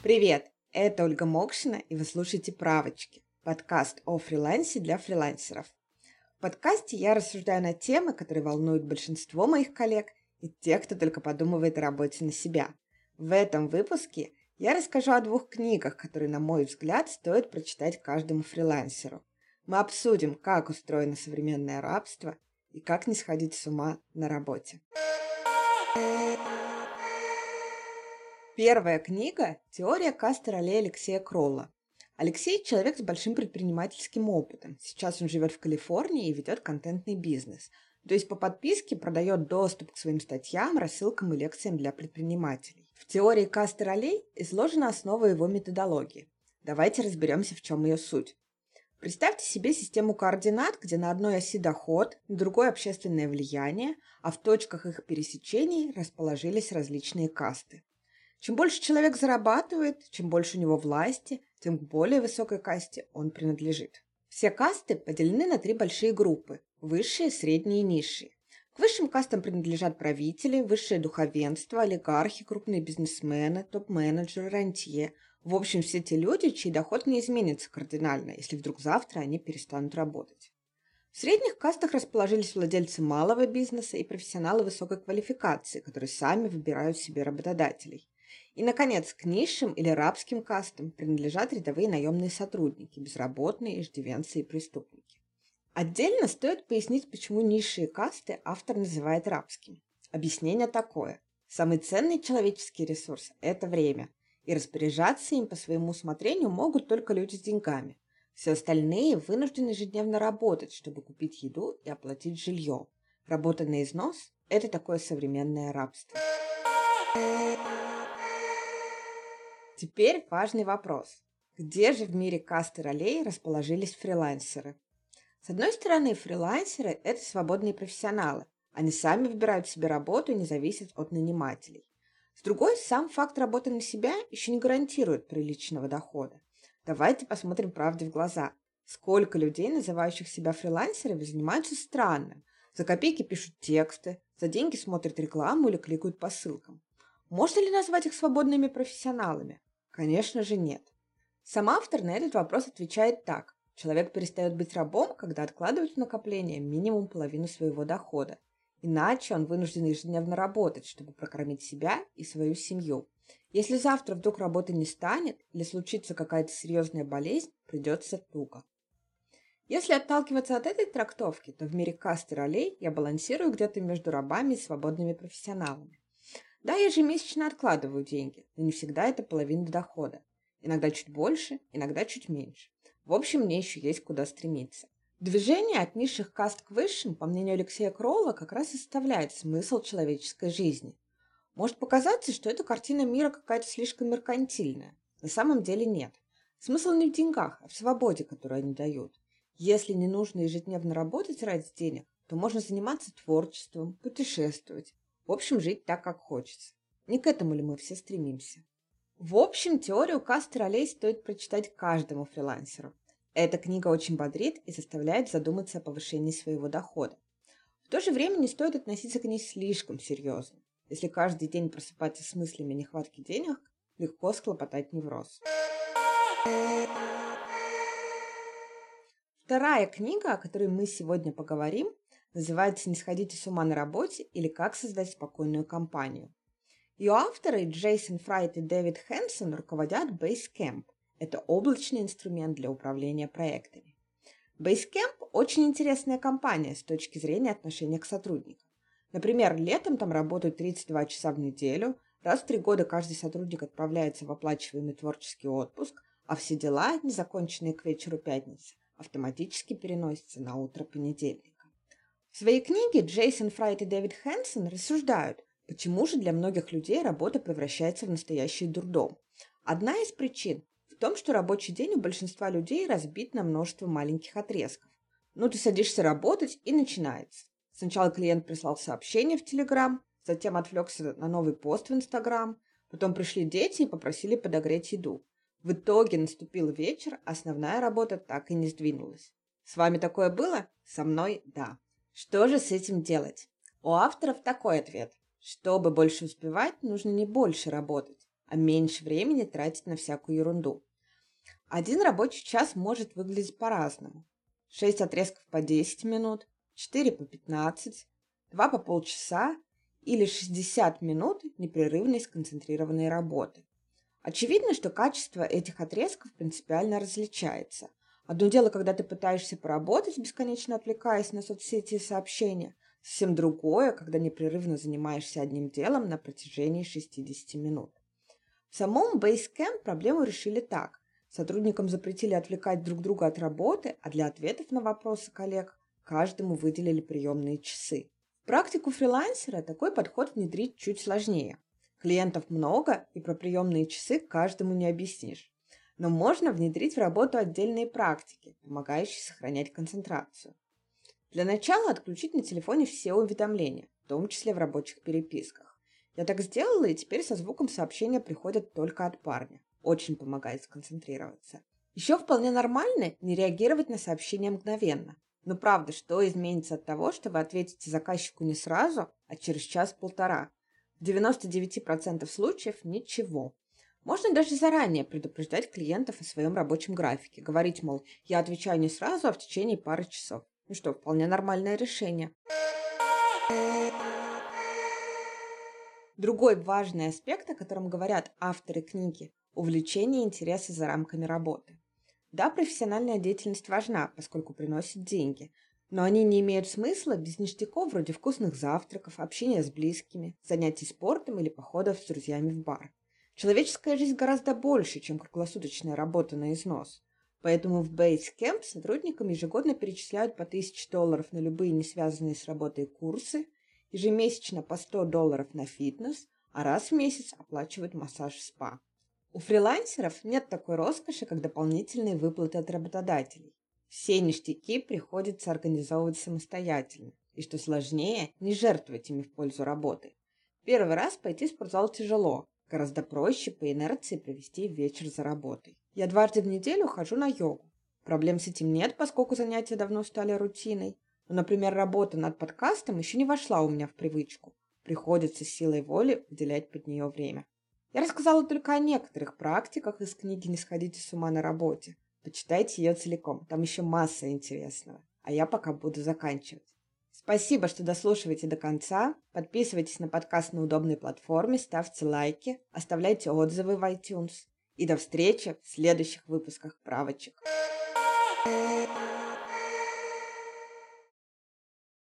Привет, это Ольга Мокшина, и вы слушаете «Правочки» – подкаст о фрилансе для фрилансеров. В подкасте я рассуждаю на темы, которые волнуют большинство моих коллег и тех, кто только подумывает о работе на себя. В этом выпуске я расскажу о 2 книгах, которые, на мой взгляд, стоит прочитать каждому фрилансеру. Мы обсудим, как устроено современное рабство и как не сходить с ума на работе. Первая книга – «Теория каст и ролей» Алексея Кролла. Алексей – человек с большим предпринимательским опытом. Сейчас он живет в Калифорнии и ведет контентный бизнес. То есть по подписке продает доступ к своим статьям, рассылкам и лекциям для предпринимателей. В «Теории каст и ролей» изложена основа его методологии. Давайте разберемся, в чем ее суть. Представьте себе систему координат, где на одной оси доход, на другой общественное влияние, а в точках их пересечений расположились различные касты. Чем больше человек зарабатывает, чем больше у него власти, тем к более высокой касте он принадлежит. Все касты поделены на 3 большие группы – высшие, средние и низшие. К высшим кастам принадлежат правители, высшее духовенство, олигархи, крупные бизнесмены, топ-менеджеры, рантье. В общем, все те люди, чей доход не изменится кардинально, если вдруг завтра они перестанут работать. В средних кастах расположились владельцы малого бизнеса и профессионалы высокой квалификации, которые сами выбирают себе работодателей. И, наконец, к низшим или рабским кастам принадлежат рядовые наемные сотрудники, безработные, иждивенцы и преступники. Отдельно стоит пояснить, почему низшие касты автор называет рабскими. Объяснение такое. Самый ценный человеческий ресурс – это время, и распоряжаться им по своему усмотрению могут только люди с деньгами. Все остальные вынуждены ежедневно работать, чтобы купить еду и оплатить жилье. Работа на износ – это такое современное рабство. Теперь важный вопрос. Где же в мире каст и ролей расположились фрилансеры? С одной стороны, фрилансеры – это свободные профессионалы. Они сами выбирают себе работу и не зависят от нанимателей. С другой, сам факт работы на себя еще не гарантирует приличного дохода. Давайте посмотрим правде в глаза. Сколько людей, называющих себя фрилансерами, занимаются странным. За копейки пишут тексты, за деньги смотрят рекламу или кликают по ссылкам. Можно ли назвать их свободными профессионалами? Конечно же нет. Сам автор на этот вопрос отвечает так. Человек перестает быть рабом, когда откладывает в накопление минимум половину своего дохода. Иначе он вынужден ежедневно работать, чтобы прокормить себя и свою семью. Если завтра вдруг работы не станет или случится какая-то серьезная болезнь, придется туго. Если отталкиваться от этой трактовки, то в мире каст и ролей я балансирую где-то между рабами и свободными профессионалами. Да, я ежемесячно откладываю деньги, но не всегда это половина дохода. Иногда чуть больше, иногда чуть меньше. В общем, мне еще есть куда стремиться. Движение от низших каст к высшим, по мнению Алексея Кролла, как раз и составляет смысл человеческой жизни. Может показаться, что эта картина мира какая-то слишком меркантильная. На самом деле нет. Смысл не в деньгах, а в свободе, которую они дают. Если не нужно ежедневно работать ради денег, то можно заниматься творчеством, путешествовать. В общем, жить так, как хочется. Не к этому ли мы все стремимся? В общем, теорию каст и ролей стоит прочитать каждому фрилансеру. Эта книга очень бодрит и заставляет задуматься о повышении своего дохода. В то же время не стоит относиться к ней слишком серьезно. Если каждый день просыпаться с мыслями о нехватке денег, легко схлопотать невроз. Вторая книга, о которой мы сегодня поговорим, называется «Не сходите с ума на работе» или «Как создать спокойную компанию». Ее авторы Джейсон Фрайт и Дэвид Хэнсон руководят Basecamp. Это облачный инструмент для управления проектами. Basecamp – очень интересная компания с точки зрения отношения к сотрудникам. Например, летом там работают 32 часа в неделю, раз в 3 года каждый сотрудник отправляется в оплачиваемый творческий отпуск, а все дела, незаконченные к вечеру пятницы, автоматически переносятся на утро понедельника. В своей книге Джейсон Фрайт и Дэвид Хэнсон рассуждают, почему же для многих людей работа превращается в настоящий дурдом. Одна из причин в том, что рабочий день у большинства людей разбит на множество маленьких отрезков. Ты садишься работать, и начинается. Сначала клиент прислал сообщение в Telegram, затем отвлекся на новый пост в Instagram, потом пришли дети и попросили подогреть еду. В итоге наступил вечер, основная работа так и не сдвинулась. С вами такое было? Со мной – да. Что же с этим делать? У авторов такой ответ. Чтобы больше успевать, нужно не больше работать, а меньше времени тратить на всякую ерунду. Один рабочий час может выглядеть по-разному. 6 отрезков по 10 минут, 4 по 15, 2 по полчаса или 60 минут непрерывной сконцентрированной работы. Очевидно, что качество этих отрезков принципиально различается. Одно дело, когда ты пытаешься поработать, бесконечно отвлекаясь на соцсети и сообщения, совсем другое, когда непрерывно занимаешься одним делом на протяжении 60 минут. В самом Basecamp проблему решили так. Сотрудникам запретили отвлекать друг друга от работы, а для ответов на вопросы коллег каждому выделили приемные часы. В практику фрилансера такой подход внедрить чуть сложнее. Клиентов много, и про приемные часы каждому не объяснишь. Но можно внедрить в работу отдельные практики, помогающие сохранять концентрацию. Для начала отключить на телефоне все уведомления, в том числе в рабочих переписках. Я так сделала, и теперь со звуком сообщения приходят только от парня. Очень помогает сконцентрироваться. Еще вполне нормально не реагировать на сообщения мгновенно. Но правда, что изменится от того, что вы ответите заказчику не сразу, а через час-полтора? В 99% случаев ничего. Можно даже заранее предупреждать клиентов о своем рабочем графике. Говорить, мол, я отвечаю не сразу, а в течение пары часов. Ну что, вполне нормальное решение. Другой важный аспект, о котором говорят авторы книги – увлечение и интересы за рамками работы. Да, профессиональная деятельность важна, поскольку приносит деньги, но они не имеют смысла без ништяков вроде вкусных завтраков, общения с близкими, занятий спортом или походов с друзьями в бар. Человеческая жизнь гораздо больше, чем круглосуточная работа на износ. Поэтому в Basecamp сотрудникам ежегодно перечисляют по $1000 на любые не связанные с работой курсы, ежемесячно по $100 на фитнес, а раз в месяц оплачивают массаж в спа. У фрилансеров нет такой роскоши, как дополнительные выплаты от работодателей. Все ништяки приходится организовывать самостоятельно. И что сложнее, не жертвовать ими в пользу работы. Первый раз пойти в спортзал тяжело. Гораздо проще по инерции провести вечер за работой. Я 2 раза в неделю хожу на йогу. Проблем с этим нет, поскольку занятия давно стали рутиной. Но, например, работа над подкастом еще не вошла у меня в привычку. Приходится силой воли выделять под нее время. Я рассказала только о некоторых практиках из книги «Не сходите с ума на работе». Почитайте ее целиком, там еще масса интересного. А я пока буду заканчивать. Спасибо, что дослушиваете до конца. Подписывайтесь на подкаст на удобной платформе, ставьте лайки, оставляйте отзывы в iTunes. И до встречи в следующих выпусках правочек.